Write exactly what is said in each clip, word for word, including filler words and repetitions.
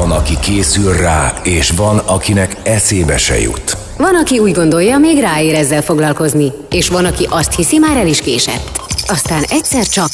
Van, aki készül rá, és van, akinek eszébe se jut. Van, aki úgy gondolja, még ráér ezzel foglalkozni, és van, aki azt hiszi, már el is késett. Aztán egyszer csak...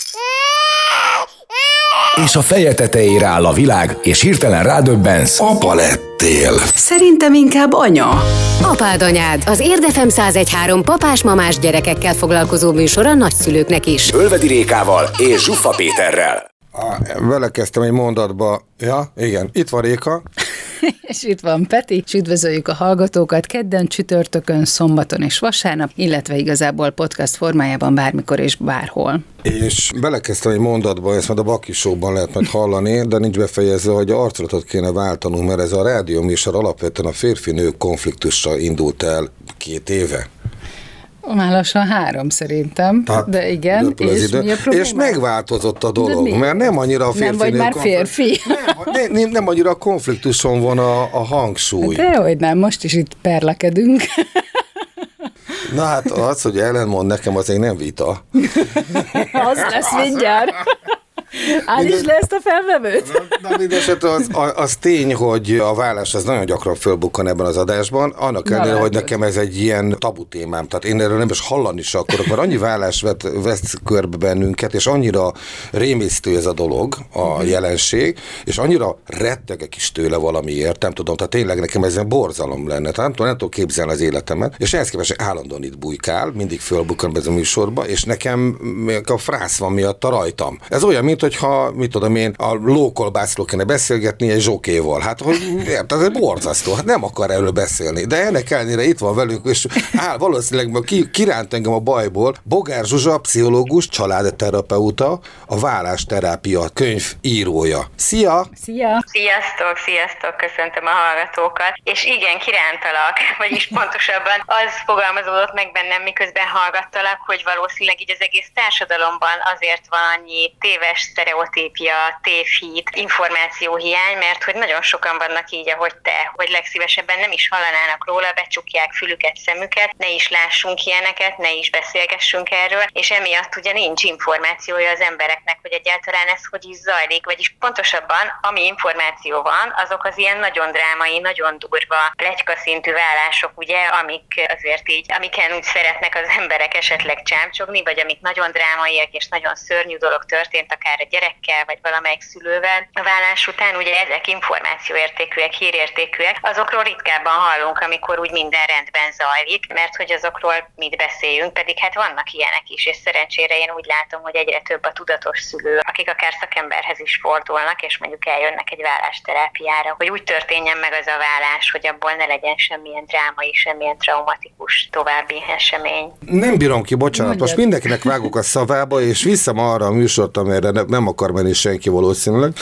És a feje tetejére áll a világ, és hirtelen rádöbbensz. Apa lettél. Szerintem inkább anya. Apád anyád, az Érd ef em száz egy három papás-mamás gyerekekkel foglalkozó műsor a nagyszülőknek is. Ölvedi Rékával és Zsuffa Péterrel. Á, vele kezdtem egy mondatba. Ja, igen, itt van Réka. És itt van Peti, és üdvözöljük a hallgatókat kedden, csütörtökön, szombaton és vasárnap, illetve igazából podcast formájában bármikor és bárhol. És belekezdtem egy mondatba, ezt majd a Baki Show-ban lehet majd hallani, de nincs befejezve, hogy a arculatot kéne váltanunk, mert ez a rádióműsor alapvetően a férfi-nő konfliktusra indult el két éve. Már lassan három szerintem, hát, de igen, és mi a probléma? És megváltozott a dolog, mert nem annyira a férfi. Nem vagy már férfi. Nem, nem, nem annyira a konfliktuson van a, a hangsúly. Dehogy nem, most is itt perlekedünk. Na hát az, hogy ellenmond nekem, az egy nem vita. Az lesz mindjárt. Áll is le ezt a felvevőt? Na, na mindesetre az, az tény, hogy a vállás az nagyon gyakran fölbukkan ebben az adásban, annak ellenére, hogy nekem ez egy ilyen tabu témám, tehát én erről nem is hallani se akarok, mert annyi vállás vett, vesz körbe bennünket, és annyira rémisztő ez a dolog, a jelenség, és annyira rettegek is tőle valamiért, nem tudom, tehát tényleg nekem ez egy borzalom lenne, tehát nem tudom, nem tudom képzelni az életemet, és ehhez képest állandóan itt bujkál, mindig fölbukkan ez a műsorba, és nekem a frász van miatt a rajtam. Ez olyan, mint hogyha, mit tudom én, a lókolbászról kéne beszélgetni egy zsokéval. Hát, hogy érted, ez borzasztó, hát nem akar erről beszélni. De ennek ellenére itt van velünk, és áll, valószínűleg ki, kiránt engem a bajból. Bogár Zsuzsa, pszichológus, családterapeuta, a vállásterápia könyv írója. Szia! Szia! Sziasztok, sziasztok, köszöntöm a hallgatókat. És igen, kirántalak, vagyis pontosabban az fogalmazódott meg bennem, miközben hallgattalak, hogy valószínűleg így az egész társadalomban azért van annyi téves sztereotípia, tévhit, információhiány, mert hogy nagyon sokan vannak így, ahogy te, hogy legszívesebben nem is hallanának róla, becsukják fülüket, szemüket, ne is lássunk ilyeneket, ne is beszélgessünk erről, és emiatt ugye nincs információja az embereknek, hogy egyáltalán ez hogy is zajlik, vagyis pontosabban, ami információ van, azok az ilyen nagyon drámai, nagyon durva, pletykaszintű vállások, ugye, amik azért így, amiken úgy szeretnek az emberek esetleg csámcsogni, vagy amik nagyon drámaiak és nagyon szörnyű dolog történt, akár a gyerekkel, vagy valamelyik szülővel. A vállás után ugye ezek információértékűek, hírértékűek, azokról ritkábban hallunk, amikor úgy minden rendben zajlik, mert hogy azokról mit beszéljünk, pedig hát vannak ilyenek is, és szerencsére én úgy látom, hogy egyre több a tudatos szülő, akik akár szakemberhez is fordulnak, és mondjuk eljönnek egy vállásterápiára, hogy úgy történjen meg az a vállás, hogy abból ne legyen semmilyen drámai, semmilyen traumatikus további esemény. Nem bírom ki, bocsánat, most mindenkinek vágok a szavába, és visszam arra a műsort, amelyre nem akar menni senki valószínűleg.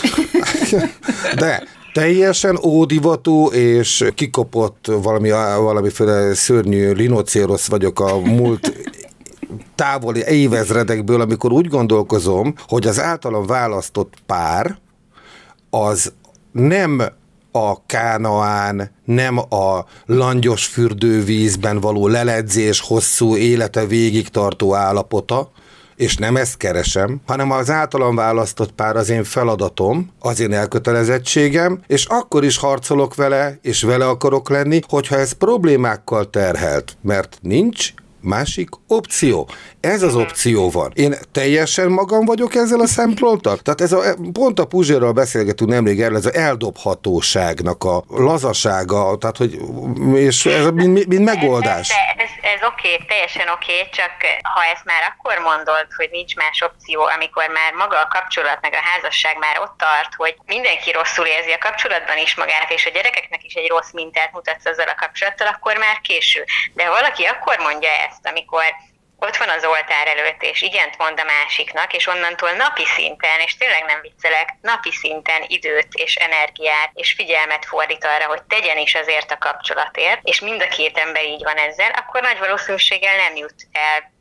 De teljesen ódivatú és kikopott valami, valamiféle szörnyű linocérosz vagyok a múlt távoli évezredekből, amikor úgy gondolkozom, hogy az általam választott pár az nem a kánaán, nem a langyos fürdővízben való leledzés hosszú élete végig tartó állapota, és nem ezt keresem, hanem az általam választott pár az én feladatom, az én elkötelezettségem, és akkor is harcolok vele, és vele akarok lenni, hogyha ez problémákkal terhelt, mert nincs másik opció. Ez az opció van. Én teljesen magam vagyok ezzel a szemponttal. Tehát ez a, pont a Puzsérral beszélgetünk nemrég erről, ez az eldobhatóságnak a lazasága, tehát hogy, és ez mind, mind megoldás. Ez, ez, ez, ez oké, okay, teljesen oké, okay, csak ha ezt már akkor mondod, hogy nincs más opció, amikor már maga a kapcsolat, meg a házasság már ott tart, hogy mindenki rosszul érzi a kapcsolatban is magát, és a gyerekeknek is egy rossz mintát mutatsz azzal a kapcsolattal, akkor már késő. De ha valaki akkor mondja ezt, amikor ott van az oltár előtt, és igent mond a másiknak, és onnantól napi szinten, és tényleg nem viccelek, napi szinten időt és energiát és figyelmet fordít arra, hogy tegyen is azért a kapcsolatért, és mind a két ember így van ezzel, akkor nagy valószínűséggel nem jut el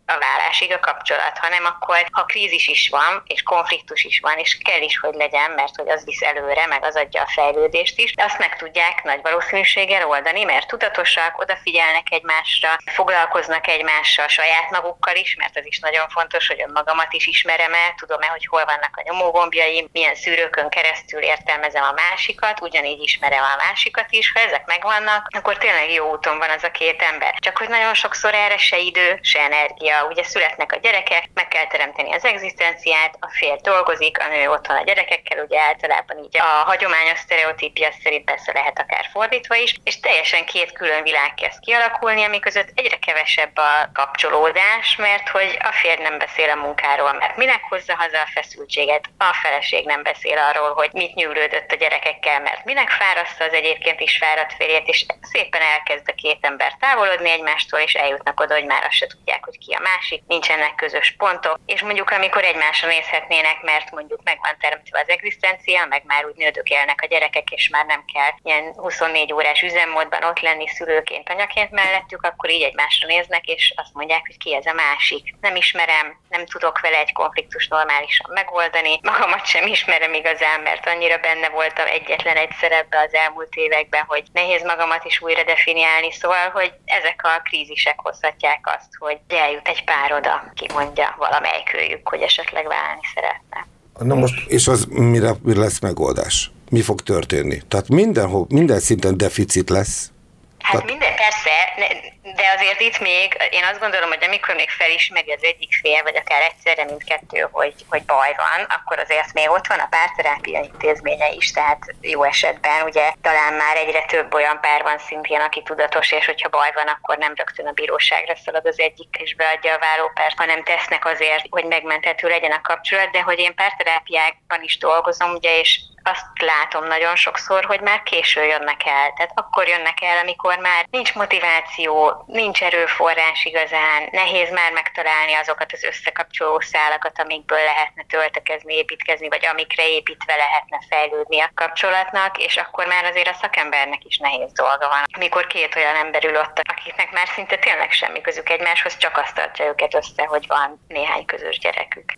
a válásig a kapcsolat, hanem akkor, ha krízis is van, és konfliktus is van, és kell is, hogy legyen, mert hogy az visz előre, meg az adja a fejlődést is, de azt meg tudják nagy valószínűséggel oldani, mert tudatosak, odafigyelnek egymásra, foglalkoznak egymással, saját magukkal is, mert az is nagyon fontos, hogy önmagamat is ismerem-e, tudom-e, hogy hol vannak a nyomógombjaim, milyen szűrőkön keresztül értelmezem a másikat, ugyanígy ismerem a másikat is. Ha ezek megvannak, akkor tényleg jó úton van az a két ember. Csak hogy nagyon sokszor erre se idő, se energia. Ugye születnek a gyerekek, meg kell teremteni az egzisztenciát, a férj dolgozik, a nő otthon a gyerekekkel, ugye általában így a hagyományos sztereotípia szerint persze lehet akár fordítva is, és teljesen két külön világ kezd kialakulni, ami között egyre kevesebb a kapcsolódás, mert hogy a férj nem beszél a munkáról, mert minek hozza haza a feszültséget, a feleség nem beszél arról, hogy mit nyűglődött a gyerekekkel, mert minek fáraszta az egyébként is fáradt férjét, és szépen elkezd a két ember távolodni egymástól, és eljutnak oda, hogy már azt se tudják, hogy ki a másik, nincsenek közös pontok, és mondjuk amikor egymásra nézhetnének, mert mondjuk meg van teremtve az egzisztencia, meg már úgy nődökélnek a gyerekek, és már nem kell ilyen huszonnégy órás üzemmódban ott lenni szülőként, anyaként mellettük, akkor így egymásra néznek, és azt mondják, hogy ki ez a másik. Nem ismerem, nem tudok vele egy konfliktus normálisan megoldani, magamat sem ismerem igazán, mert annyira benne voltam egyetlen egyszer ebbe az elmúlt években, hogy nehéz magamat is újra definiálni, szóval, hogy ezek a krízisek hozhatják azt, hogy eljut egy pár oda, ki mondja valamelyikőjük, hogy esetleg válni szeretne. Na most, és az mire, mire lesz megoldás? Mi fog történni? Tehát mindenhol, minden szinten deficit lesz? Hát Tehát... minden, persze, de azért itt még, én azt gondolom, hogy amikor még felismeri az egyik fél, vagy akár egyszerre mindkettő, hogy, hogy baj van, akkor azért még ott van a párterápia intézménye is, tehát jó esetben ugye talán már egyre több olyan pár van szintén, aki tudatos, és hogyha baj van, akkor nem rögtön a bíróságra szalad az egyik, és beadja a vállópert, hanem tesznek azért, hogy megmenthető legyen a kapcsolat, de hogy én párterápiákban is dolgozom, ugye, és azt látom nagyon sokszor, hogy már késő jönnek el. Tehát akkor jönnek el, amikor már nincs motiváció, nincs erőforrás igazán, nehéz már megtalálni azokat az összekapcsoló szálakat, amikből lehetne töltekezni, építkezni, vagy amikre építve lehetne fejlődni a kapcsolatnak, és akkor már azért a szakembernek is nehéz dolga van. Amikor két olyan ember ül ott, akiknek már szinte tényleg semmi közük egymáshoz, csak azt tartja őket össze, hogy van néhány közös gyerekük.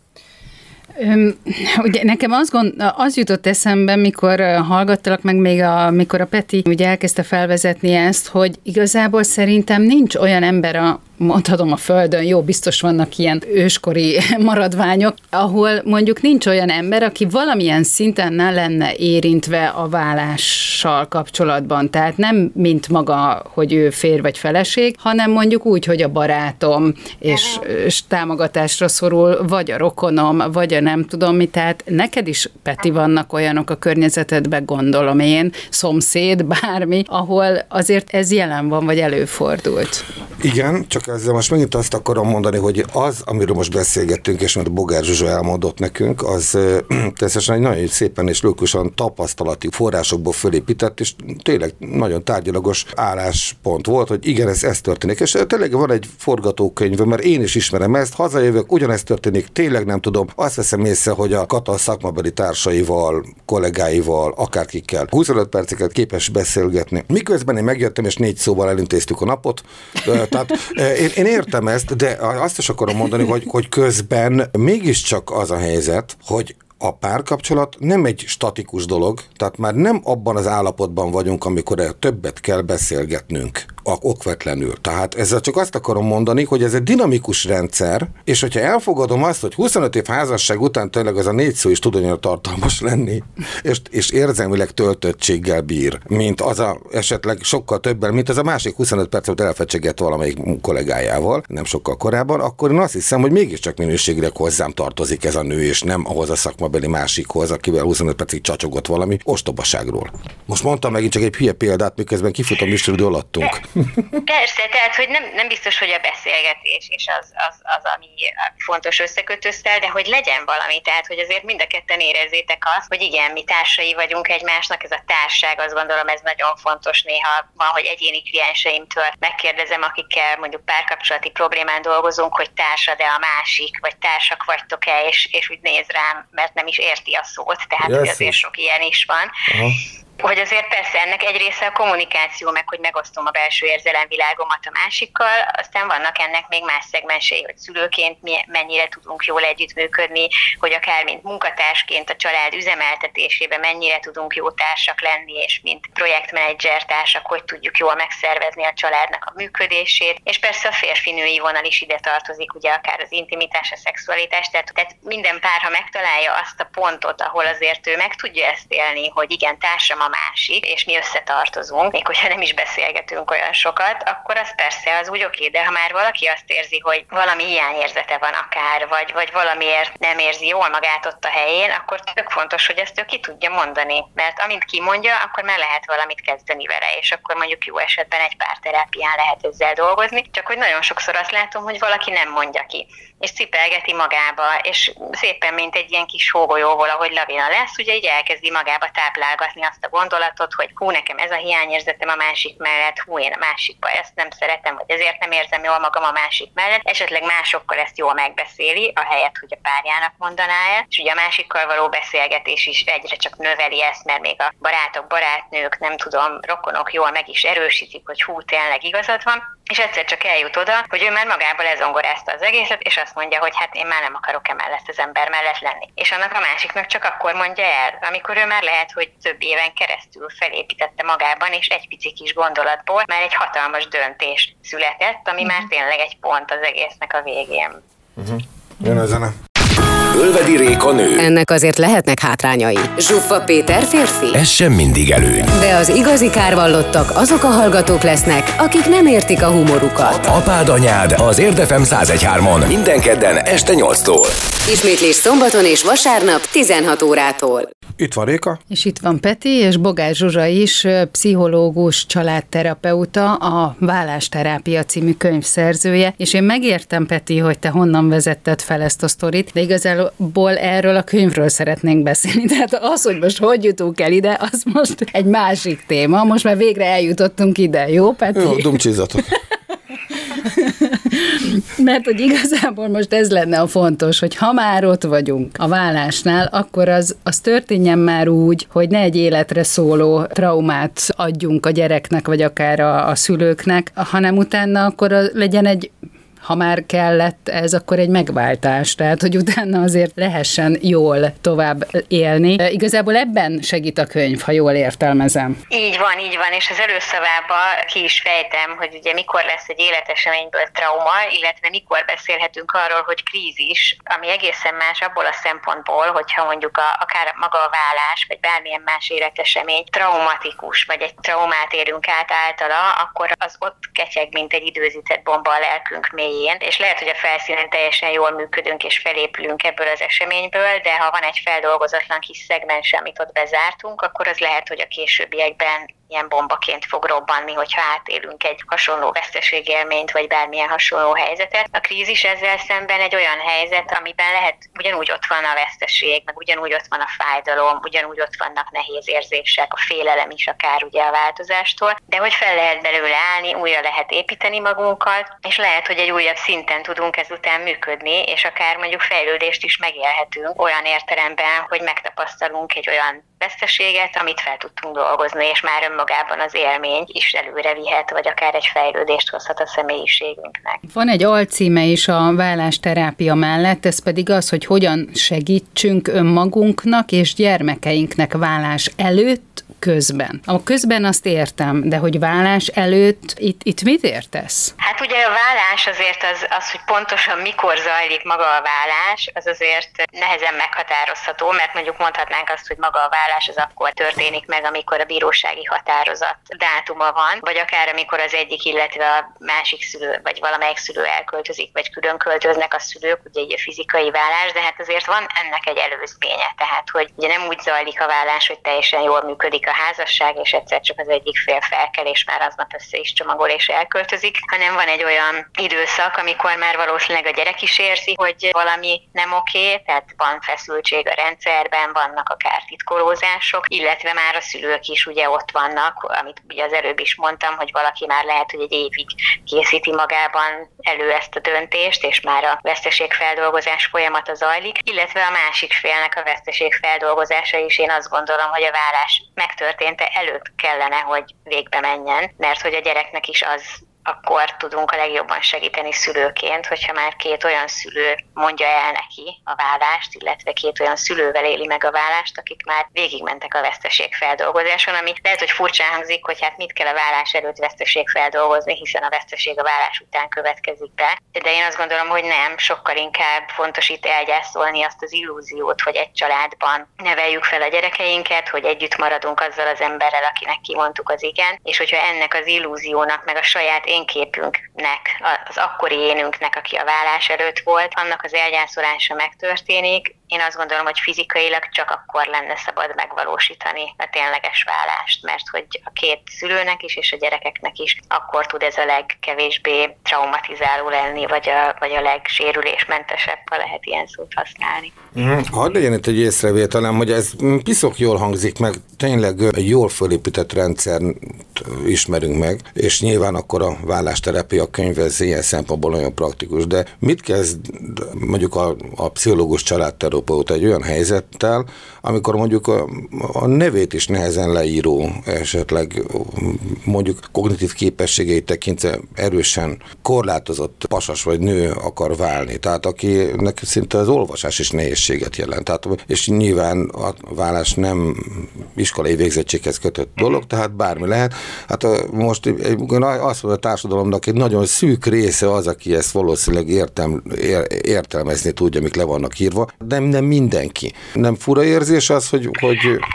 Öm, ugye nekem az, gond, az jutott eszembe, mikor hallgattalak meg még, a, mikor a Peti ugye elkezdte felvezetni ezt, hogy igazából szerintem nincs olyan ember a mondhatom a Földön, jó, biztos vannak ilyen őskori maradványok, ahol mondjuk nincs olyan ember, aki valamilyen szinten ne lenne érintve a válással kapcsolatban. Tehát nem mint maga, hogy ő férj vagy feleség, hanem mondjuk úgy, hogy a barátom, és, és támogatásra szorul, vagy a rokonom, vagy a nem tudom mi. Tehát neked is, Peti, vannak olyanok a környezetedben, gondolom én, szomszéd, bármi, ahol azért ez jelen van, vagy előfordult. Igen, csak ezzel most megint azt akarom mondani, hogy az, amiről most beszélgettünk, és mert Bogár Zsuzsa elmondott nekünk, az természetesen egy nagyon szépen és logikusan tapasztalati forrásokból fölépített, és tényleg nagyon tárgyalagos álláspont volt, hogy igen, ez, ez történik. És tényleg van egy forgatókönyv, mert én is ismerem ezt, hazajövök, ugyanezt történik, tényleg nem tudom. Azt veszem észre, hogy a Kata szakmabeli társaival, kollégáival, akárkikkel huszonöt perceket képes beszélgetni. Miközben én megjöttem, és négy szóval elintéztük a napot. Tehát én, én értem ezt, de azt is akarom mondani, hogy, hogy közben mégiscsak az a helyzet, hogy a párkapcsolat nem egy statikus dolog, tehát már nem abban az állapotban vagyunk, amikor többet kell beszélgetnünk, okvetlenül. Tehát ezzel csak azt akarom mondani, hogy ez egy dinamikus rendszer, és hogyha elfogadom azt, hogy huszonöt év házasság után tényleg az a négy szó is tud annyira tartalmas lenni, és, és érzelmileg töltöttséggel bír, mint az a esetleg sokkal többen, mint az a másik huszonöt percet elfecsegett valamelyik kollégájával, nem sokkal korábban, akkor én azt hiszem, hogy mégiscsak minőségileg hozzám tartozik ez a nő, és nem ahhoz a szakmabeli másikhoz, akivel huszonöt percig csacsogott valami ostobaságról. Most mondtam megint csak egy hülye példát, miközben kifut a műsoridő alattunk. Persze, tehát, hogy nem, nem biztos, hogy a beszélgetés és az, az, az, ami fontos összekötöztel, de hogy legyen valami, tehát, hogy azért mind a ketten érezzétek azt, hogy igen, mi társai vagyunk egymásnak, ez a társaság, azt gondolom, ez nagyon fontos. Néha van, hogy egyéni klienseimtől megkérdezem, akikkel mondjuk párkapcsolati problémán dolgozunk, hogy társad-e a másik, vagy társak vagytok-e, és, és úgy néz rám, mert nem is érti a szót, tehát yes, azért sok ilyen is van. Aha. hogy azért persze ennek egy része a kommunikáció, meg hogy megosztom a belső érzelemvilágomat a másikkal, aztán vannak ennek még más szegmensei, hogy szülőként mennyire tudunk jól együttműködni, hogy akár mint munkatársként a család üzemeltetésében mennyire tudunk jó társak lenni, és mint projektmenedzser társak, hogy tudjuk jól megszervezni a családnak a működését, és persze a férfi-női vonal is ide tartozik, ugye akár az intimitás, a szexualitás, tehát, tehát minden pár, ha megtalálja azt a pontot, ahol azért ő meg tudja ezt élni, hogy igen, társam a másik, és mi összetartozunk, még hogyha nem is beszélgetünk olyan sokat, akkor az persze az úgy oké, de ha már valaki azt érzi, hogy valami hiányérzete van akár, vagy, vagy valamiért nem érzi jól magát ott a helyén, akkor tök fontos, hogy ezt ő ki tudja mondani, mert amint kimondja, akkor már lehet valamit kezdeni vele, és akkor mondjuk jó esetben egy pár terápián lehet ezzel dolgozni, csak hogy nagyon sokszor azt látom, hogy valaki nem mondja ki, és cipelgeti magába, és szépen, mint egy ilyen kis hógolyóból, ahogy lavina lesz, ugye így elkezdi magába táplálgatni azt a gondolatot, hogy hú, nekem ez a hiányérzetem a másik mellett, hú, én a másikba ezt nem szeretem, vagy ezért nem érzem jól magam a másik mellett, esetleg másokkal ezt jól megbeszéli, ahelyett, hogy a párjának mondaná el, és ugye a másikkal való beszélgetés is egyre csak növeli ezt, mert még a barátok, barátnők, nem tudom, rokonok jól meg is erősítik, hogy hú, tényleg igazad van, és egyszer csak eljut oda, hogy ő már magából lezongorázta az egészet, és azt mondja, hogy hát én már nem akarok emellett az ember mellett lenni. És annak a másiknak csak akkor mondja el, amikor ő már lehet, hogy több éven keresztül felépítette magában, és egy pici kis gondolatból már egy hatalmas döntés született, ami uh-huh. már tényleg egy pont az egésznek a végén. Uh-huh. Jön a zene. Ölvedi Réka nő. Ennek azért lehetnek hátrányai. Zsuffa Péter férfi. Ez sem mindig előny. De az igazi kárvallottak azok a hallgatók lesznek, akik nem értik a humorukat. Apád anyád az Érd ef em száz egy három minden kedden este nyolctól. Ismétlés szombaton és vasárnap tizenhat órától. Itt van Réka. És itt van Peti, és Bogár Zsuzsa is, pszichológus, családterapeuta, a Vállásterápia című könyv és én megértem, Peti, hogy te honnan vezetted fel ezt a sztorit, de igazából erről a könyvről szeretnénk beszélni. Tehát az, hogy most hogy jutunk el ide, az most egy másik téma. Most már végre eljutottunk ide, jó, Peti? Jó, dumcsizatok. Mert hogy igazából most ez lenne a fontos, hogy ha már ott vagyunk a vállásnál, akkor az, az történjen már úgy, hogy ne egy életre szóló traumát adjunk a gyereknek, vagy akár a, a szülőknek, hanem utána akkor a, legyen egy, ha már kellett ez, akkor egy megváltás, tehát hogy utána azért lehessen jól tovább élni. Igazából ebben segít a könyv, ha jól értelmezem. Így van, így van, és az előszavában ki is fejtem, hogy ugye mikor lesz egy életeseményből trauma, illetve mikor beszélhetünk arról, hogy krízis, ami egészen más abból a szempontból, hogyha mondjuk a, akár maga a vállás, vagy bármilyen más életesemény traumatikus, vagy egy traumát érünk át általa, akkor az ott ketyeg, mint egy időzített bomba a lelkünk mély. És lehet, hogy a felszínen teljesen jól működünk és felépülünk ebből az eseményből, de ha van egy feldolgozatlan kis szegmens, amit ott bezártunk, akkor az lehet, hogy a későbbiekben ilyen bombaként fog robbanni, hogyha átélünk egy hasonló veszteségélményt, vagy bármilyen hasonló helyzetet. A krízis ezzel szemben egy olyan helyzet, amiben lehet, ugyanúgy ott van a veszteség, meg ugyanúgy ott van a fájdalom, ugyanúgy ott vannak nehéz érzések, a félelem is akár ugye a változástól, de hogy fel lehet belőle állni, újra lehet építeni magunkat, és lehet, hogy egy újabb szinten tudunk ezután működni, és akár mondjuk fejlődést is megélhetünk olyan értelemben, hogy megtapasztalunk egy olyan veszteséget, amit fel tudtunk dolgozni, és már önmagában az élmény is előre vihet, vagy akár egy fejlődést hozhat a személyiségünknek. Van egy alcíme is a vállásterápia mellett, ez pedig az, hogy hogyan segítsünk önmagunknak és gyermekeinknek vállás előtt, közben. A közben azt értem, de hogy vállás előtt, itt, itt mit értesz? Hát ugye a vállás azért az, az, hogy pontosan mikor zajlik maga a vállás, az azért nehezen meghatározható, mert mondjuk mondhatnánk azt, hogy maga a vállás az akkor történik meg, amikor a bírósági határozat dátuma van, vagy akár amikor az egyik, illetve a másik szülő, vagy valamelyik szülő elköltözik, vagy külön költöznek a szülők, ugye egy a fizikai vállás, de hát azért van ennek egy előzménye, tehát hogy ugye nem úgy zajlik a vállás, hogy teljesen jól működik a házasság, és egyszer csak az egyik fél felkel, és már aznap össze is csomagol, és elköltözik, hanem van egy olyan időszak, amikor már valószínűleg a gyerek is érzi, hogy valami nem oké, tehát van feszültség a rendszerben, vannak akár titkolózások, feldolgozások, illetve már a szülők is ugye ott vannak, amit ugye az előbb is mondtam, hogy valaki már lehet, hogy egy évig készíti magában elő ezt a döntést, és már a veszteségfeldolgozás folyamata zajlik, illetve a másik félnek a veszteségfeldolgozása is, én azt gondolom, hogy a vállás megtörténte előtt kellene, hogy végbe menjen, mert hogy a gyereknek is az akkor tudunk a legjobban segíteni szülőként, hogyha már két olyan szülő mondja el neki a vállást, illetve két olyan szülővel éli meg a vállást, akik már végigmentek a veszteségfeldolgozáson, ami lehet, hogy furcsán hangzik, hogy hát mit kell a vállás előtt veszteségfeldolgozni, hiszen a veszteség a vállás után következik be. De én azt gondolom, hogy nem, sokkal inkább fontos itt elgyászolni azt az illúziót, hogy egy családban neveljük fel a gyerekeinket, hogy együtt maradunk azzal az emberrel, akinek kimondtuk az igen, és hogyha ennek az illúziónak, meg a saját énképünknek, az akkori énünknek, aki a vállás előtt volt, annak az elgyászolása megtörténik. Én azt gondolom, hogy fizikailag csak akkor lenne szabad megvalósítani a tényleges vállást, mert hogy a két szülőnek is és a gyerekeknek is akkor tud ez a legkevésbé traumatizáló lenni, vagy a, vagy a legsérülésmentesebb, ha lehet ilyen szót használni. Mm, hadd legyen itt egy észrevételem, hogy ez piszok jól hangzik meg, tényleg egy jól fölépített rendszert ismerünk meg, és nyilván akkor a vállásterápia könyv ez ilyen szempontból nagyon praktikus, de mit kezd mondjuk a, a pszichológus családterapeuta egy olyan helyzettel, amikor mondjuk a, a nevét is nehezen leíró, esetleg mondjuk kognitív képességeit tekintve erősen korlátozott pasas vagy nő akar válni, tehát akinek szinte az olvasás is nehézséget jelent, tehát, és nyilván a vállás nem iskolai végzettséghez kötött dolog, tehát bármi lehet. Hát most azt mondja, a társadalomnak egy nagyon szűk része az, aki ezt valószínűleg értem, ér, értelmezni tudja, amik le vannak írva, de nem mindenki. Nem fura érzés az, hogy... hogy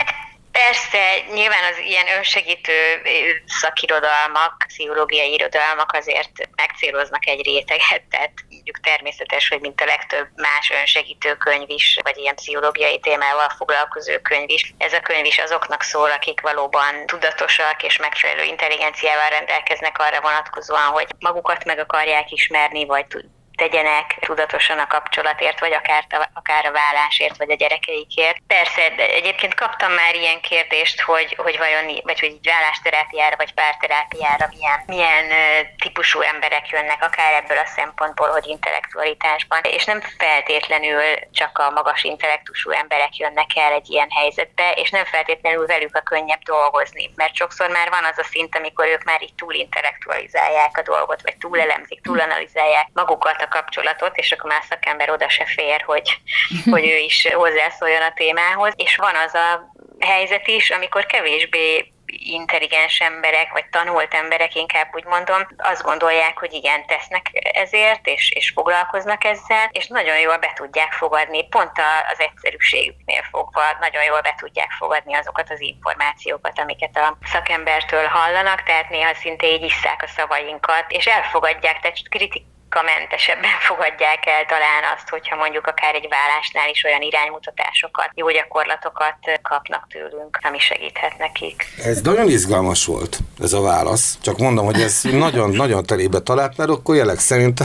Persze, nyilván az ilyen önsegítő szakirodalmak, pszichológiai irodalmak azért megcéloznak egy réteget, tehát mondjuk természetes, hogy mint a legtöbb más önsegítő könyv is, vagy ilyen pszichológiai témával foglalkozó könyv is. Ez a könyv is azoknak szól, akik valóban tudatosak és megfelelő intelligenciával rendelkeznek arra vonatkozóan, hogy magukat meg akarják ismerni, vagy tegyenek tudatosan a kapcsolatért, vagy akár, akár a vállásért, vagy a gyerekeikért. Persze, de egyébként kaptam már ilyen kérdést, hogy, hogy vajon, vagy hogy így vállásterápiára, vagy párterápiára milyen, milyen típusú emberek jönnek, akár ebből a szempontból, hogy intellektualitásban, és nem feltétlenül csak a magas intellektusú emberek jönnek el egy ilyen helyzetbe, és nem feltétlenül velük a könnyebb dolgozni, mert sokszor már van az a szint, amikor ők már így túl intellektualizálják a dolgot, vagy túl elemzik, túl analizálják magukat, a kapcsolatot, és akkor már szakember oda se fér, hogy, hogy ő is hozzászóljon a témához. És van az a helyzet is, amikor kevésbé intelligens emberek, vagy tanult emberek, inkább úgy mondom, azt gondolják, hogy igen, tesznek ezért, és, és foglalkoznak ezzel, és nagyon jól be tudják fogadni, pont az egyszerűségüknél fogva, nagyon jól be tudják fogadni azokat az információkat, amiket a szakembertől hallanak, tehát néha szinte így isszák a szavainkat, és elfogadják, tehát kritik mentesebben fogadják el talán azt, hogyha mondjuk akár egy vállásnál is olyan iránymutatásokat, jó gyakorlatokat kapnak tőlünk, ami segíthet nekik. Ez nagyon izgalmas volt, ez a válasz. Csak mondom, hogy ez nagyon-nagyon telébe talált, mert akkor jelek szerint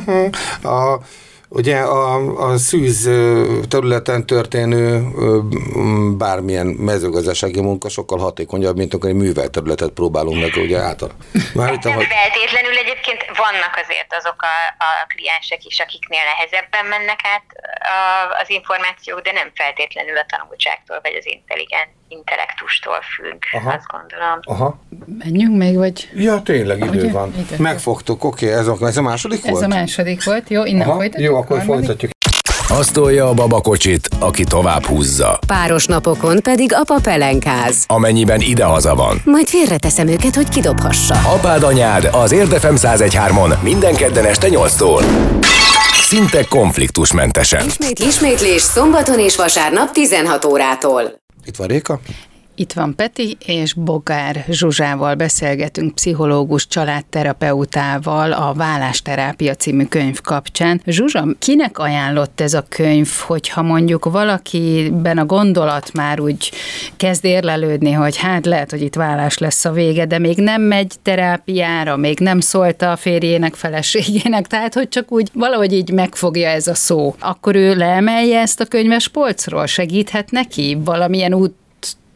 a ugye a, a szűz területen történő bármilyen mezőgazdasági munka sokkal hatékonyabb, mint amikor egy művelt területet próbálunk meg, ugye által. Nem hogy... feltétlenül egyébként vannak azért azok a, a kliensek is, akiknél nehezebben mennek át a, az információk, de nem feltétlenül a tanultságtól, vagy az intelligens intellektustól függ, aha, azt gondolom. Aha. Menjünk még, vagy... Ja, tényleg idő ugye? Van. Idő. Megfogtuk, oké, okay, ez, a, ez a második ez volt? Ez a második volt, jó, innen aha, folytatjuk. Jó, akkor folytatjuk. Azt tolja a babakocsit, aki tovább húzza. Páros napokon pedig apa pelenkáz. Amennyiben idehaza van. Majd félreteszem őket, hogy kidobhassa. Apád anyád az Érd ef em száz egy hármon minden kedden este nyolctól. Szinte konfliktusmentesen. Ismét, ismétlés szombaton és vasárnap tizenhat órától. Itt van Réka. Itt van Peti, és Bogár Zsuzsával beszélgetünk, pszichológus családterapeutával a Vállásterápia című könyv kapcsán. Zsuzsa, kinek ajánlott ez a könyv, hogyha mondjuk valakiben a gondolat már úgy kezd érlelődni, hogy hát lehet, hogy itt vállás lesz a vége, de még nem megy terápiára, még nem szólt a férjének, feleségének, tehát hogy csak úgy valahogy így megfogja ez a szó. Akkor ő leemelje ezt a könyves polcról? Segíthet neki valamilyen út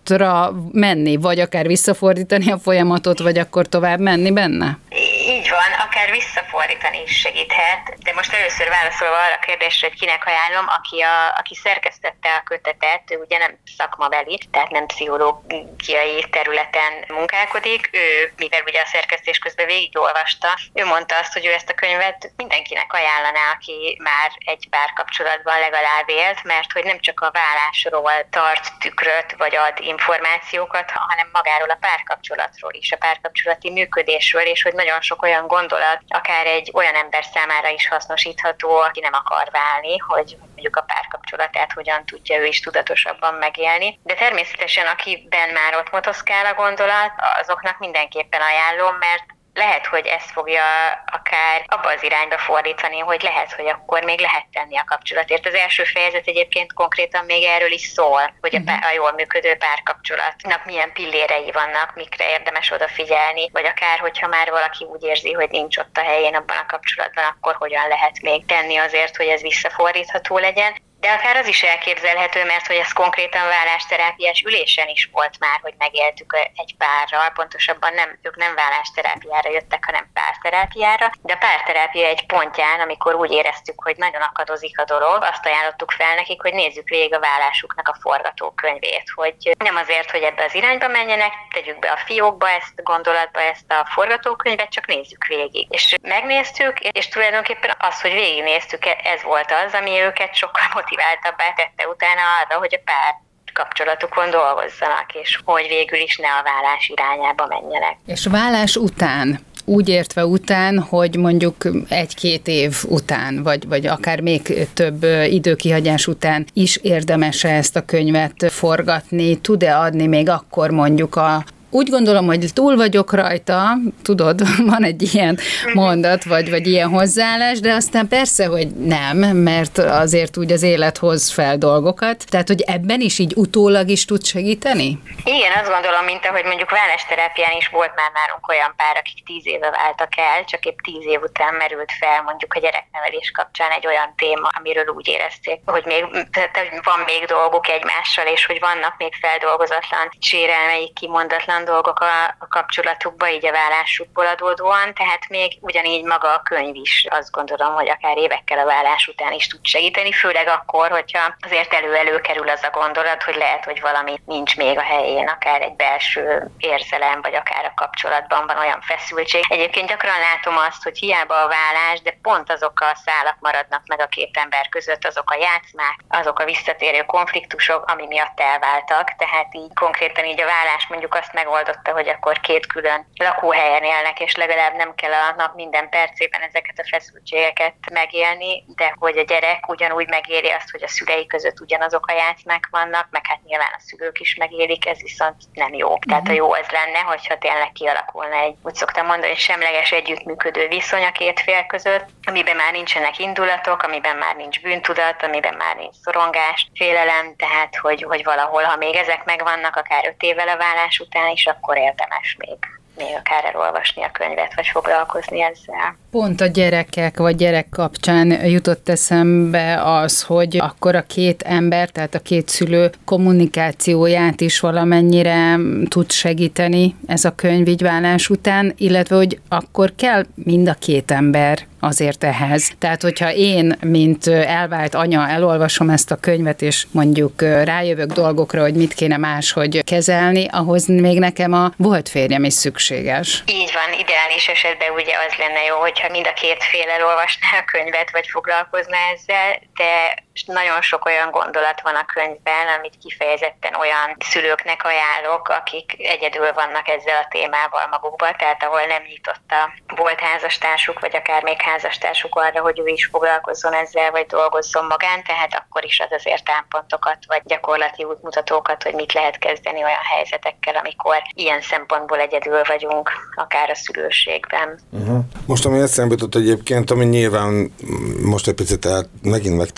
folyamatra menni, vagy akár visszafordítani a folyamatot, vagy akkor tovább menni benne? Így van, akár visszafordítani is segíthet, de most először válaszolva arra a kérdésre, hogy kinek ajánlom, aki, a, aki szerkesztette a kötetet, ő ugye nem szakmabeli, tehát nem pszichológiai területen munkálkodik, ő, mivel ugye a szerkesztés közben végigolvasta, ő mondta azt, hogy ő ezt a könyvet mindenkinek ajánlaná, aki már egy párkapcsolatban legalább élt, mert hogy nem csak a válásról tart tükröt, vagy ad információkat, hanem magáról a párkapcsolatról is, a párkapcsolati működésről, és hogy nagyon sok olyan gondolat, akár egy olyan ember számára is hasznosítható, aki nem akar válni, hogy mondjuk a párkapcsolatát hogyan tudja ő is tudatosabban megélni. De természetesen, akiben már ott motoszkál a gondolat, azoknak mindenképpen ajánlom, mert lehet, hogy ezt fogja akár abba az irányba fordítani, hogy lehet, hogy akkor még lehet tenni a kapcsolatért. Az első fejezet egyébként konkrétan még erről is szól, hogy a, pár, a jól működő párkapcsolatnak milyen pillérei vannak, mikre érdemes odafigyelni, vagy akár, hogyha már valaki úgy érzi, hogy nincs ott a helyén abban a kapcsolatban, akkor hogyan lehet még tenni azért, hogy ez visszafordítható legyen. De akár az is elképzelhető, mert hogy ez konkrétan vállásterápiás ülésen is volt már, hogy megéltük egy párral, pontosabban nem, ők nem vállásterápiára jöttek, hanem párterápiára, de a párterápia egy pontján, amikor úgy éreztük, hogy nagyon akadozik a dolog, azt ajánlottuk fel nekik, hogy nézzük végig a vállásuknak a forgatókönyvét, hogy nem azért, hogy ebbe az irányba menjenek, tegyük be a fiókba ezt a gondolatba, ezt a forgatókönyvet, csak nézzük végig. És megnéztük, és tulajdonképpen az, hogy végignéztük, ez volt az, ami őket sokkal motiváltabbá tette utána arra, hogy a pár kapcsolatukon dolgozzanak, és hogy végül is ne a vállás irányába menjenek. És vállás után, úgy értve után, hogy mondjuk egy-két év után, vagy, vagy akár még több időkihagyás után is érdemes-e ezt a könyvet forgatni, tud-e adni még akkor mondjuk a Úgy gondolom, hogy túl vagyok rajta, tudod, van egy ilyen mondat, vagy, vagy ilyen hozzáállás, de aztán persze, hogy nem, mert azért úgy az élet hoz fel dolgokat. Tehát, hogy ebben is így utólag is tud segíteni? Igen, azt gondolom, mint ahogy mondjuk vállásterápián is volt már nálunk olyan pár, akik tíz éve váltak el, csak épp tíz év után merült fel mondjuk a gyereknevelés kapcsán egy olyan téma, amiről úgy érezték, hogy még van még dolguk egymással, és hogy vannak még feldolgozatlan sérelmeik, kimondatlan dolgok a, a kapcsolatukba, így a vállásukból adódóan, tehát még ugyanígy maga a könyv is azt gondolom, hogy akár évekkel a vállás után is tud segíteni, főleg akkor, hogyha azért elő-elő kerül az a gondolat, hogy lehet, hogy valami nincs még a helyén, akár egy belső érzelem, vagy akár a kapcsolatban van olyan feszültség. Egyébként gyakran látom azt, hogy hiába a vállás, de pont azok a szálak maradnak meg a két ember között, azok a játszmák, azok a visszatérő konfliktusok, ami miatt elváltak, tehát így konkrétan így a vállás mondjuk azt megoldotta, hogy akkor két külön lakóhelyen élnek, és legalább nem kell a nap minden percében ezeket a feszültségeket megélni, de hogy a gyerek ugyanúgy megéli azt, hogy a szülei között ugyanazok a játszmák vannak, meg hát nyilván a szülők is megélik, ez viszont nem jó. Tehát a jó az lenne, hogyha tényleg kialakulna egy, úgy szoktam mondani, hogy semleges együttműködő viszony a két fél között, amiben már nincsenek indulatok, amiben már nincs bűntudat, amiben már nincs szorongás, félelem, tehát hogy, hogy valahol, ha még ezek megvannak, akár öt évvel a vállás után is, akkor érdemes még, még akár elolvasni a könyvet, vagy foglalkozni ezzel. Pont a gyerekek vagy gyerek kapcsán jutott eszembe az, hogy akkor a két ember, tehát a két szülő kommunikációját is valamennyire tud segíteni ez a könyv így vállás után, illetve hogy akkor kell mind a két ember azért ehhez. Tehát, hogyha én, mint elvált anya elolvasom ezt a könyvet, és mondjuk rájövök dolgokra, hogy mit kéne máshogy kezelni, ahhoz még nekem a volt férjem is szükséges. Így van, ideális esetben ugye az lenne jó, hogyha mind a két fél elolvasná a könyvet, vagy foglalkozná ezzel, de nagyon sok olyan gondolat van a könyvben, amit kifejezetten olyan szülőknek ajánlok, akik egyedül vannak ezzel a témával magukban, tehát ahol nem nyitott a volt házastársuk, vagy akár még házastársuk arra, hogy ő is foglalkozzon ezzel, vagy dolgozzon magán, tehát akkor is ad azért támpontokat, vagy gyakorlati útmutatókat, hogy mit lehet kezdeni olyan helyzetekkel, amikor ilyen szempontból egyedül vagyunk, akár a szülőségben. Uh-huh. Most, ami eszembe jutott egyébként, ami nyilván most egy picit el, megint megtekeri oda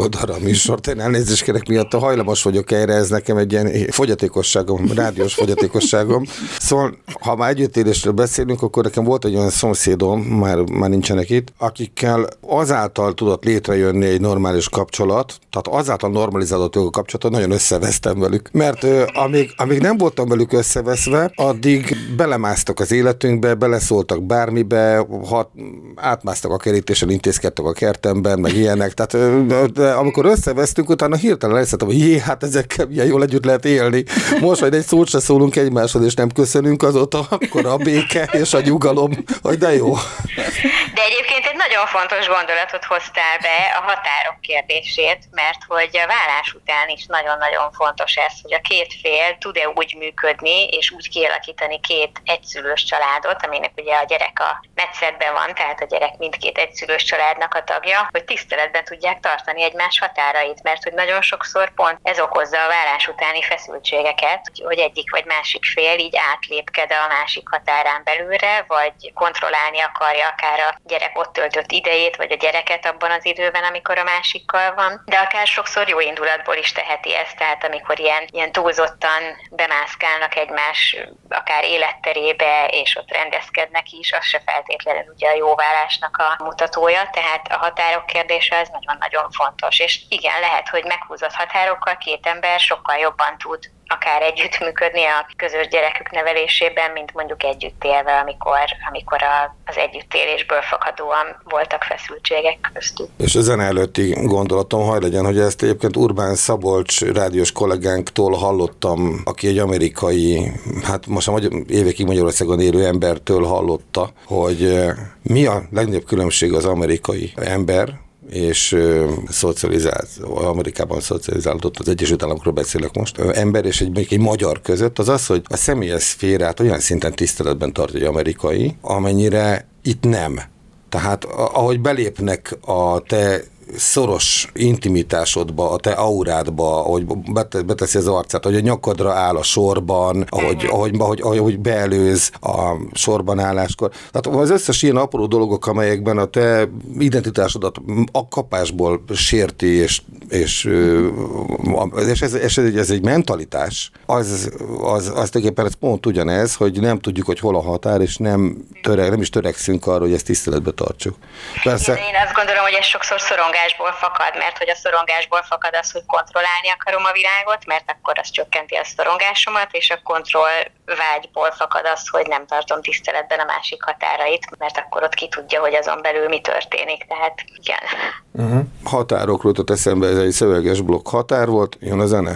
oldalra a műsort. Én elnézést kérek miatt, a hajlamos vagyok erre, ez nekem egy ilyen fogyatékosságom, rádiós fogyatékosságom. Szóval, ha már együttélésről beszélünk, akkor nekem volt egy olyan szomszédom, már, már nincsenek itt, akikkel azáltal tudott létrejönni egy normális kapcsolat, tehát azáltal normalizálódott a kapcsolatot, nagyon összevesztem velük. Mert euh, amíg, amíg nem voltam velük összeveszve, addig belemásztak az életünkbe, beleszóltak bármibe, hat, átmásztak a kerítésen, intézkedtek a kertemben, meg ilyenek. Tehát de amikor összevesztünk, utána hirtelen leszedtem, hogy jé, hát ezekkel milyen jól együtt lehet élni. Most, hogy egy szót se szólunk egymáshoz, és nem köszönünk, azóta akkor a béke és a nyugalom, hogy de jó. De egyébként egy nagyon fontos gondolatot hoztál be, a határok kérdését, mert hogy a vállás után is nagyon-nagyon fontos ez, hogy a két fél tud-e úgy működni, és úgy kialakítani két egyszülős családot, aminek ugye a gyerek a metszetben van, tehát a gyerek mindkét egyszülős családnak a tagja, hogy tiszteletben tudják tartani egymás határait, mert hogy nagyon sokszor pont ez okozza a vállás utáni feszültségeket, hogy egyik vagy másik fél így átlépked a másik határán belülre, vagy kontrollálni akarja akár a gyerek ott töltött idejét, vagy a gyereket abban az időben, amikor a másikkal van, de akár sokszor jó indulatból is teheti ezt, tehát amikor ilyen, ilyen túlzottan bemászkálnak egymás akár életterébe, és ott rendezkednek is, az se feltétlenül ugye a jó vállásnak a mutatója, tehát a határok kérdése ez nagyon-nagyon fontos, és igen, lehet, hogy meghúzott határokkal két ember sokkal jobban tud akár együttműködni a közös gyerekük nevelésében, mint mondjuk együtt élve, amikor, amikor a, az együttélésből fakadóan voltak feszültségek köztük. És a zene előtti gondolatom, haj legyen, hogy ezt egyébként Urbán Szabolcs rádiós kollégánktól hallottam, aki egy amerikai, hát most a magyar, évekig Magyarországon élő embertől hallotta, hogy mi a legnagyobb különbség az amerikai ember és uh, szocializált, Amerikában szocializálódott, az Egyesült Államokról beszélek most, uh, ember és egy, egy magyar között, az az, hogy a személyes szférát olyan szinten tiszteletben tartja egy amerikai, amennyire itt nem. Tehát ahogy belépnek a te szoros intimitásodba, a te aurádba, ahogy beteszi az arcát, hogy a nyakadra áll a sorban, ahogy, ahogy, ahogy, ahogy beelőz a sorban álláskor. Tehát az összes ilyen apró dolgok, amelyekben a te identitásodat a kapásból sérti, és, és, és ez, ez, ez egy mentalitás, az, az, az tulajdonképpen ez pont ugyanez, hogy nem tudjuk, hogy hol a határ, és nem, töre, nem is törekszünk arra, hogy ezt tiszteletbe tartsuk. Persze, én azt gondolom, hogy ez sokszor szorongásból fakad, mert hogy a szorongásból fakad az, hogy kontrollálni akarom a világot, mert akkor az csökkenti a szorongásomat, és a kontroll vágyból fakad az, hogy nem tartom tiszteletben a másik határait, mert akkor ott ki tudja, hogy azon belül mi történik, tehát igen. Uh-huh. Határokról jutott eszembe, ez egy szöveges blokk. Határ volt, jön a zene.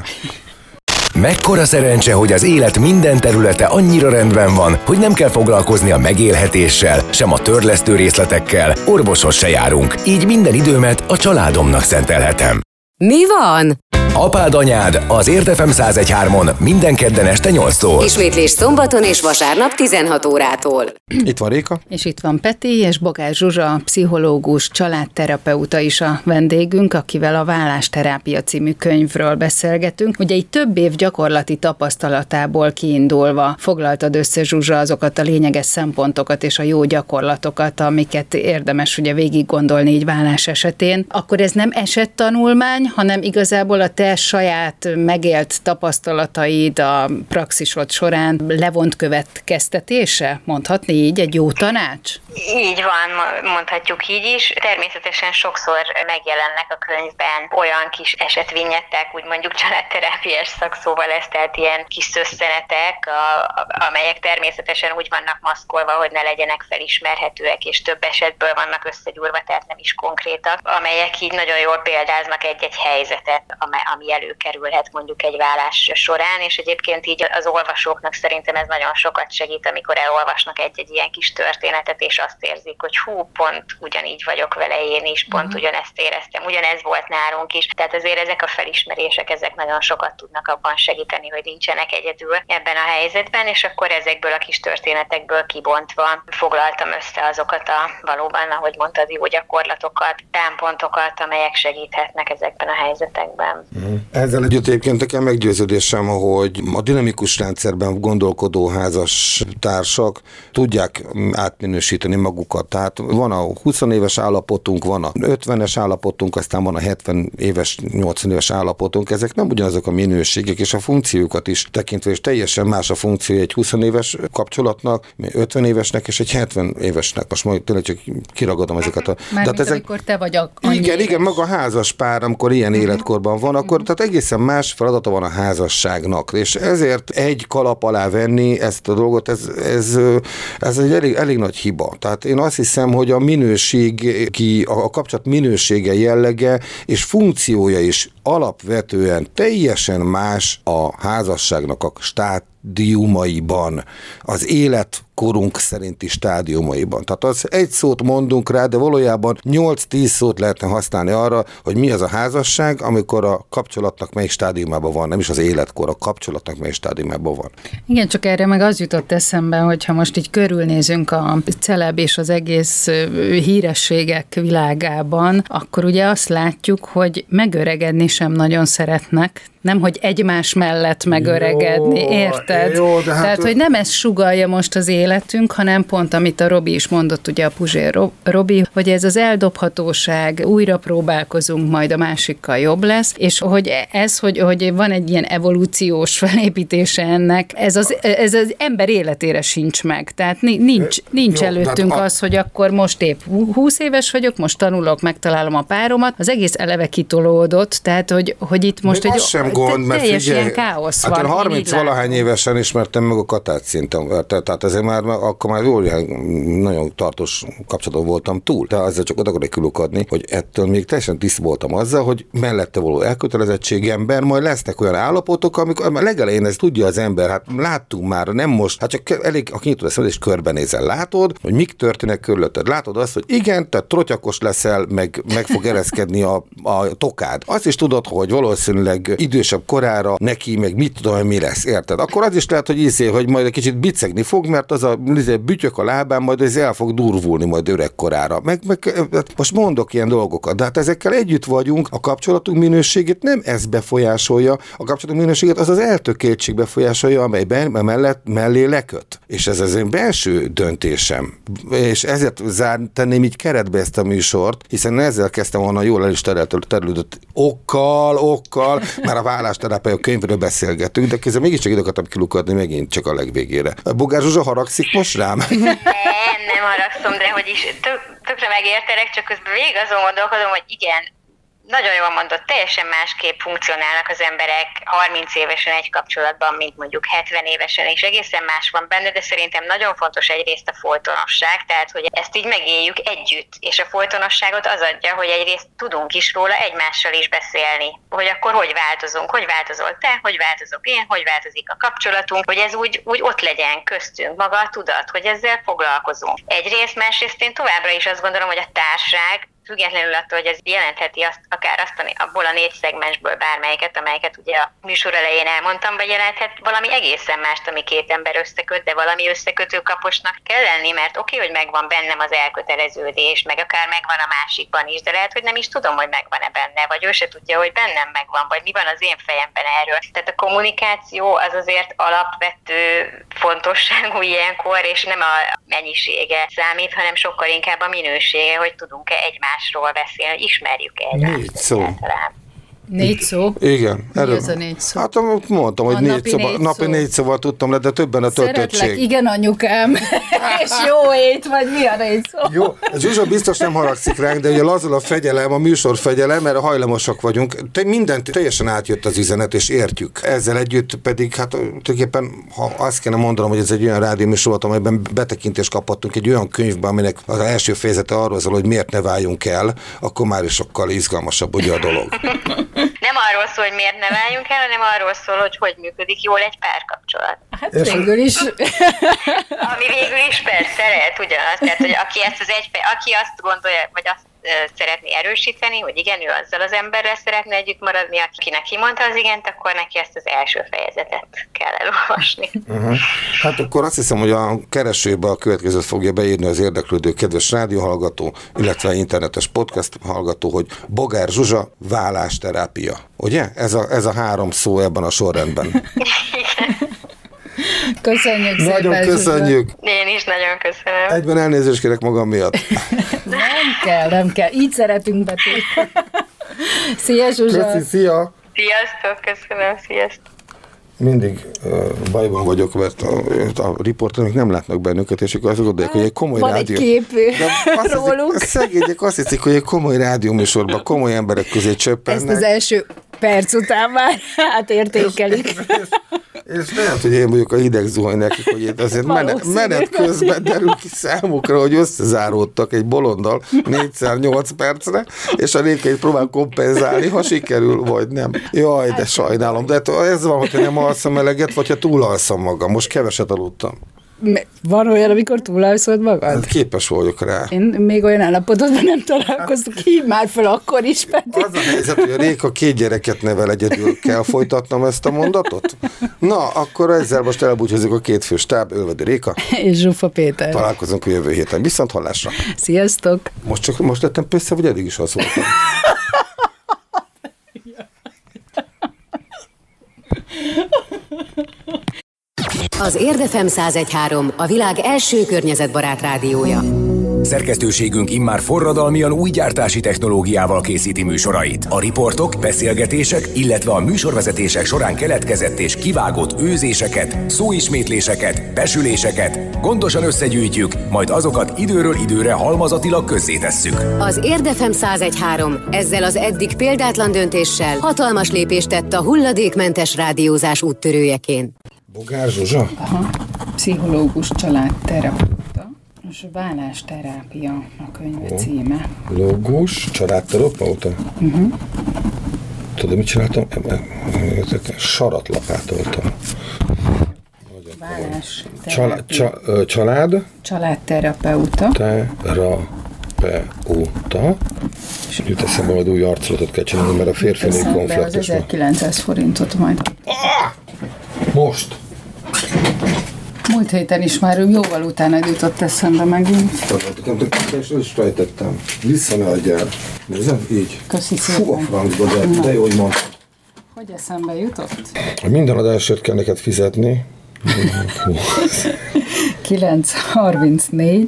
Mekkora szerencse, hogy az élet minden területe annyira rendben van, hogy nem kell foglalkozni a megélhetéssel, sem a törlesztő részletekkel, orvoshoz se járunk, így minden időmet a családomnak szentelhetem. Mi van? Apád anyád az Érd ef em száz egy három minden kedden este nyolctól. Ismétlés szombaton és vasárnap tizenhat órától. Itt van Réka. És itt van Peti, és Bogár Zsuzsa, pszichológus, családterapeuta is a vendégünk, akivel a Vállásterápia című könyvről beszélgetünk. Ugye így több év gyakorlati tapasztalatából kiindulva foglaltad össze, Zsuzsa, azokat a lényeges szempontokat és a jó gyakorlatokat, amiket érdemes ugye végig gondolni így vállás esetén. Akkor ez nem esettanulmány, hanem igazából a te saját megélt tapasztalataid a praxisod során levont következtetése? Mondhatni így, egy jó tanács? Így van, mondhatjuk így is. Természetesen sokszor megjelennek a könyvben olyan kis esetvinyettek, úgy mondjuk családterápiás szakszóval lesz, tehát ilyen kis szösszenetek, a, amelyek természetesen úgy vannak maszkolva, hogy ne legyenek felismerhetőek, és több esetből vannak összegyúrva, tehát nem is konkrétak, amelyek így nagyon jól példáznak egy-egy helyzetet, ami előkerülhet mondjuk egy vállás során, és egyébként így az olvasóknak szerintem ez nagyon sokat segít, amikor elolvasnak egy-egy ilyen kis történetet, és azt érzik, hogy hú, pont ugyanígy vagyok vele én is, pont uh-huh. ugyanezt éreztem, ugyanez volt nálunk is. Tehát azért ezek a felismerések, ezek nagyon sokat tudnak abban segíteni, hogy nincsenek egyedül ebben a helyzetben, és akkor ezekből a kis történetekből kibontva foglaltam össze azokat a valóban, ahogy mondtad, jó gyakorlatokat, támpontokat, amelyek segíthetnek ezekben a helyzetekben. Uh-huh. Ezzel együtt egyébként nekem meggyőződésem, hogy a dinamikus rendszerben gondolkodó házas társak tudják átminősíteni magukat. Tehát van a húsz éves állapotunk, van a ötvenes állapotunk, aztán van a hetven éves, nyolcvan éves állapotunk. Ezek nem ugyanazok a minőségek, és a funkciókat is tekintve, és teljesen más a funkció egy húsz éves kapcsolatnak, ötven évesnek és egy hetven évesnek. Most majd tényleg csak kiragadom ezeket a... Mármint ezek... amikor te vagy a... Igen, éves. igen, maga a házas pár, amikor ilyen uh-huh. életkorban van, akkor uh-huh. tehát egészen más feladata van a házasságnak, és ezért egy kalap alá venni ezt a dolgot, ez, ez, ez egy elég, elég nagy hiba. Tehát én azt hiszem, hogy a minőség, ki, a kapcsolat minősége, jellege és funkciója is alapvetően teljesen más a házasságnak a stádiumaiban, az életkorunk szerinti stádiumaiban. Tehát az egy szót mondunk rá, de valójában nyolc-tíz szót lehetne használni arra, hogy mi az a házasság, amikor a kapcsolatnak melyik stádiumában van, nem is az életkor, a kapcsolatnak melyik stádiumában van. Igen, csak erre meg az jutott eszembe, hogyha most így körülnézünk a celeb és az egész hírességek világában, akkor ugye azt látjuk, hogy megöregedni sem nagyon szeretnek, nem, hogy egymás mellett megöregedni, jó, érted? Jó, de hát Tehát, hogy nem ez sugallja most az életünk, hanem pont, amit a Robi is mondott, ugye a Puzsér Robi, hogy ez az eldobhatóság, újra próbálkozunk, majd a másikkal jobb lesz, és hogy ez, hogy, hogy van egy ilyen evolúciós felépítése ennek, ez az, ez az ember életére sincs meg. Tehát nincs, nincs jó, előttünk a... az, hogy akkor most épp húsz éves vagyok, most tanulok, megtalálom a páromat, az egész eleve kitolódott, tehát, hogy, hogy itt most Még egy... gond, mert teljes figyelj, ilyen káosz hát van. én harminc-valahány évesen ismertem meg a Katát szinten, tehát ezért már akkor már jól nagyon tartós kapcsolaton voltam túl, de ezzel csak oda akarok külukadni, hogy ettől még teljesen tiszta voltam azzal, hogy mellette való elkötelezettségemben majd lesznek olyan állapotok, amikor legelején ez tudja az ember, hát láttunk már, nem most, hát csak elég, ha kinyitod a szemed és körbenézel, látod, hogy mik történnek körülötted, látod azt, hogy igen, te trotyakos leszel, meg, meg fog ereszkedni a, a tokád. Azt is tudod, hogy valószínűleg idő korára neki, meg mit tudom, mi lesz, érted? Akkor az is lehet, hogy ízé, hogy majd egy kicsit bicegni fog, mert az a bütyök a lábán, majd ez el fog durvulni majd öregkorára. Meg, meg, most mondok ilyen dolgokat, de hát ezekkel együtt vagyunk, a kapcsolatunk minőségét nem ez befolyásolja, a kapcsolatunk minőségét az az eltökéltség befolyásolja, amelyben mellett mellé leköt. És ez az én belső döntésem. És ezért zár, tenném így keretbe ezt a műsort, hiszen ezzel kezdtem volna jól el is terülődött okkal, okkal, már a vállásterápia könyvről beszélgettünk, de közben mégiscsak ide akartam kilukadni megint csak a legvégére. Bogár Zsuzsa haragszik most rám? Nem, nem haragszom, de hogy is tök, tökre megértelek, csak közben végig azon gondolkodom, hogy igen, nagyon jól mondott, teljesen másképp funkcionálnak az emberek harminc évesen egy kapcsolatban, mint mondjuk hetven évesen, és egészen más van benne, de szerintem nagyon fontos egyrészt a folytonosság, tehát hogy ezt így megéljük együtt, és a folytonosságot az adja, hogy egyrészt tudunk is róla egymással is beszélni, hogy akkor hogy változunk, hogy változol te, hogy változok én, hogy változik a kapcsolatunk, hogy ez úgy, úgy ott legyen köztünk, maga a tudat, hogy ezzel foglalkozunk. Egyrészt, másrészt én továbbra is azt gondolom, hogy a társaság függetlenül attól, hogy ez jelentheti azt, akár azt abból a négy szegmensből bármelyiket, amelyeket ugye a műsor elején elmondtam, vagy jelenthet valami egészen mást, ami két ember összeköt, de valami összekötő kaposnak kell lenni, mert oké, hogy megvan bennem az elköteleződés, meg akár megvan a másikban is, de lehet, hogy nem is tudom, hogy megvan-e benne, vagy ő se tudja, hogy bennem megvan, vagy mi van az én fejemben erről. Tehát a kommunikáció az azért alapvető fontosságú ilyenkor, és nem a mennyisége számít, hanem sokkal inkább a minősége, hogy tudunk-e egymás másról beszélni, ismerjük egymást. Négy szó. Általán. Négy szó? Igen. Mi erről, az a négy szó? Hát mondtam, hogy négy, napi, szóval, négy napi négy szóval tudtam le, de többen a töltöttség. Szeretlek, igen anyukám, és jó ét, vagy mi a négy szó? Jó, Zsuzsa biztos nem haragszik ránk, de ugye lazul a fegyelem, a műsor fegyelem, mert hajlamosak vagyunk. Te mindent teljesen átjött az üzenet, és értjük. Ezzel együtt pedig, hát tulajdonképpen, ha azt kéne mondanom, hogy ez egy olyan rádióműsor volt, amelyben betekintést kaphattunk egy olyan könyvben, aminek az első fejezete arról szól, hogy miért ne váljunk el, akkor már is sokkal izgalmasabb ugye a dolog. Nem arról szól, hogy miért ne váljunk el, hanem arról szól, hogy hogy működik jól egy párkapcsolat. Hát végül is. Ami végül is persze lehet ugyanaz. Tehát, hogy aki ezt az egy, aki azt gondolja, vagy azt szeretné erősíteni, hogy igen, ő azzal az emberrel szeretne együtt maradni, akinek kimondta az igent, akkor neki ezt az első fejezetet kell elolvasni. Uh-huh. Hát akkor azt hiszem, hogy a keresőbe a következőt fogja beírni az érdeklődő kedves rádióhallgató, illetve internetes podcast hallgató, hogy Bogár Zsuzsa, vállásterápia. Ugye? Ez a, ez a három szó ebben a sorrendben. Igen. Köszönjük szépen. Nagyon köszönjük. Én is nagyon köszönöm. Egyben elnézést kérek magam miatt. Nem kell, nem kell. Így szeretünk, Beti. Szia, Zsuzsa. Köszi, szia. Sziasztok, köszönöm, sziasztok. Mindig uh, bajban vagyok, mert a, a riporterek nem látnak bennünket, és akkor azt gondolják, hogy egy komoly Van rádió... Van egy kép rólunk. Szegények azt hiszik, hogy egy komoly rádióműsorban komoly emberek közé csöppennek. Ezt az első perc után már átértékelik. És, és lehet, hogy én vagyok a hideg zuhany nekik, hogy itt azért menet, menet közben derül ki számukra, hogy összezáródtak egy bolonddal négyszer nyolc percre, és a Rékeit próbál kompenzálni, ha sikerül, vagy nem. Jaj, de sajnálom. De ez van, hogyha nem alszom eleget, vagy ha túlalszom magam. Most keveset aludtam. Van olyan, amikor túlalszod magad? Képes vagyok rá. Én még olyan állapotodban nem találkoztuk, hívd már fel akkor is, Peti. Az a helyzet, hogy a Réka két gyereket nevel, egyedül kell folytatnom ezt a mondatot? Na, akkor ezzel most elbúcsúzik a két fő stáb, Ölvedi Réka. És Zsuffa Péter. Találkozunk a jövő héten. Viszont hallásra. Sziasztok. Most csak most lettem pössze, vagy eddig is az voltam? Az Érd ef em száz egy három a világ első környezetbarát rádiója. Szerkesztőségünk immár forradalmian új gyártási technológiával készíti műsorait. A riportok, beszélgetések, illetve a műsorvezetések során keletkezett és kivágott őzéseket, szóismétléseket, besüléseket gondosan összegyűjtjük, majd azokat időről időre halmazatilag közzétesszük. Az Érd ef em száz egy három ezzel az eddig példátlan döntéssel hatalmas lépést tett a hulladékmentes rádiózás úttörőjeként. Bogár Zsuzsa? Aha. Pszichológus, családterapeuta, és vállásterápia a könyve oh. címe. Pszichológus, családterapeuta? Uh-huh. Tudod, mit csináltam? Saratlapátoltam. Vállásterápia. Család, család? Családterapeuta. Terapeuta. És jut eszembe, majd új arculatot kell csinálni, mert a férfi még konfliktus az ezerkilencszáz forintot majd. Ah! Most! Múlt héten is már jóval utána jutott eszembe megint. És is fejtettem. Vissza ne adjál. Nézem? Így. Köszi szépen. Fú, a francba, de, de jó, hogy mondtad. Hogy eszembe jutott? Minden adásért kell neked fizetni. kilenc harmincnégy.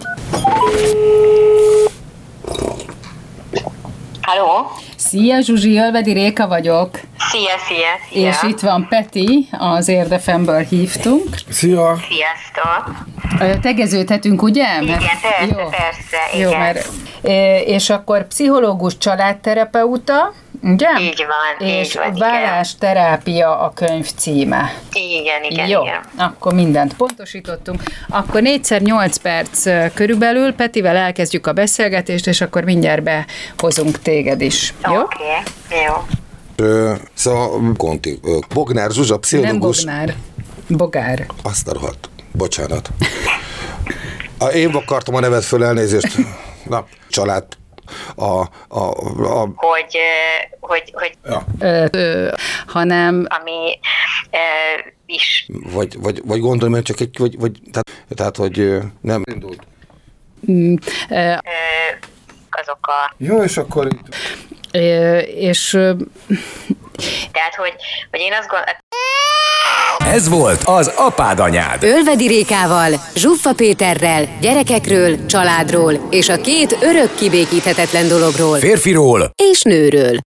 Halló? Szia, Zsuzsi, Ölvedi Réka vagyok. Szia, szia, szia. És itt van Peti, az Érd ef em-ből hívtunk. Szia! Sziasztok! Tegeződhetünk, ugye? Igen, persze, Jó. persze, Jó, igen. mert, és akkor pszichológus, családterapeuta, ugye? Így van, és így van, igen. Vállásterápia a könyv címe. Igen, igen, Jó, igen. akkor mindent pontosítottunk. Akkor négyszer nyolc perc körülbelül, Petivel elkezdjük a beszélgetést, és akkor mindjárt behozunk téged is. Jó? Oké, okay, jó. Ö, szóval, Konti, ö, Bognár Zsuzsa, pszichológus. Nem Bognár, Bogár. Azt a rohadt. Bocsánat. A, én akartam a nevet föl, elnézést. Na, család. A, a, a... Hogy, hogy, hogy Ja. Ö, ö, hanem... ami ö, is. Vagy, vagy, vagy gondolom, hogy csak egy, vagy, vagy tehát, tehát, hogy ö, nem indult. Mm, ö, Ö, azok a... Jó, és akkor itt... ö, és... Ö, Tehát, hogy, hogy én azt gondolom... Ez volt az Apád Anyád. Ölvedi Rékával, Zsuffa Péterrel, gyerekekről, családról és a két örök kibékíthetetlen dologról. Férfiról És nőről.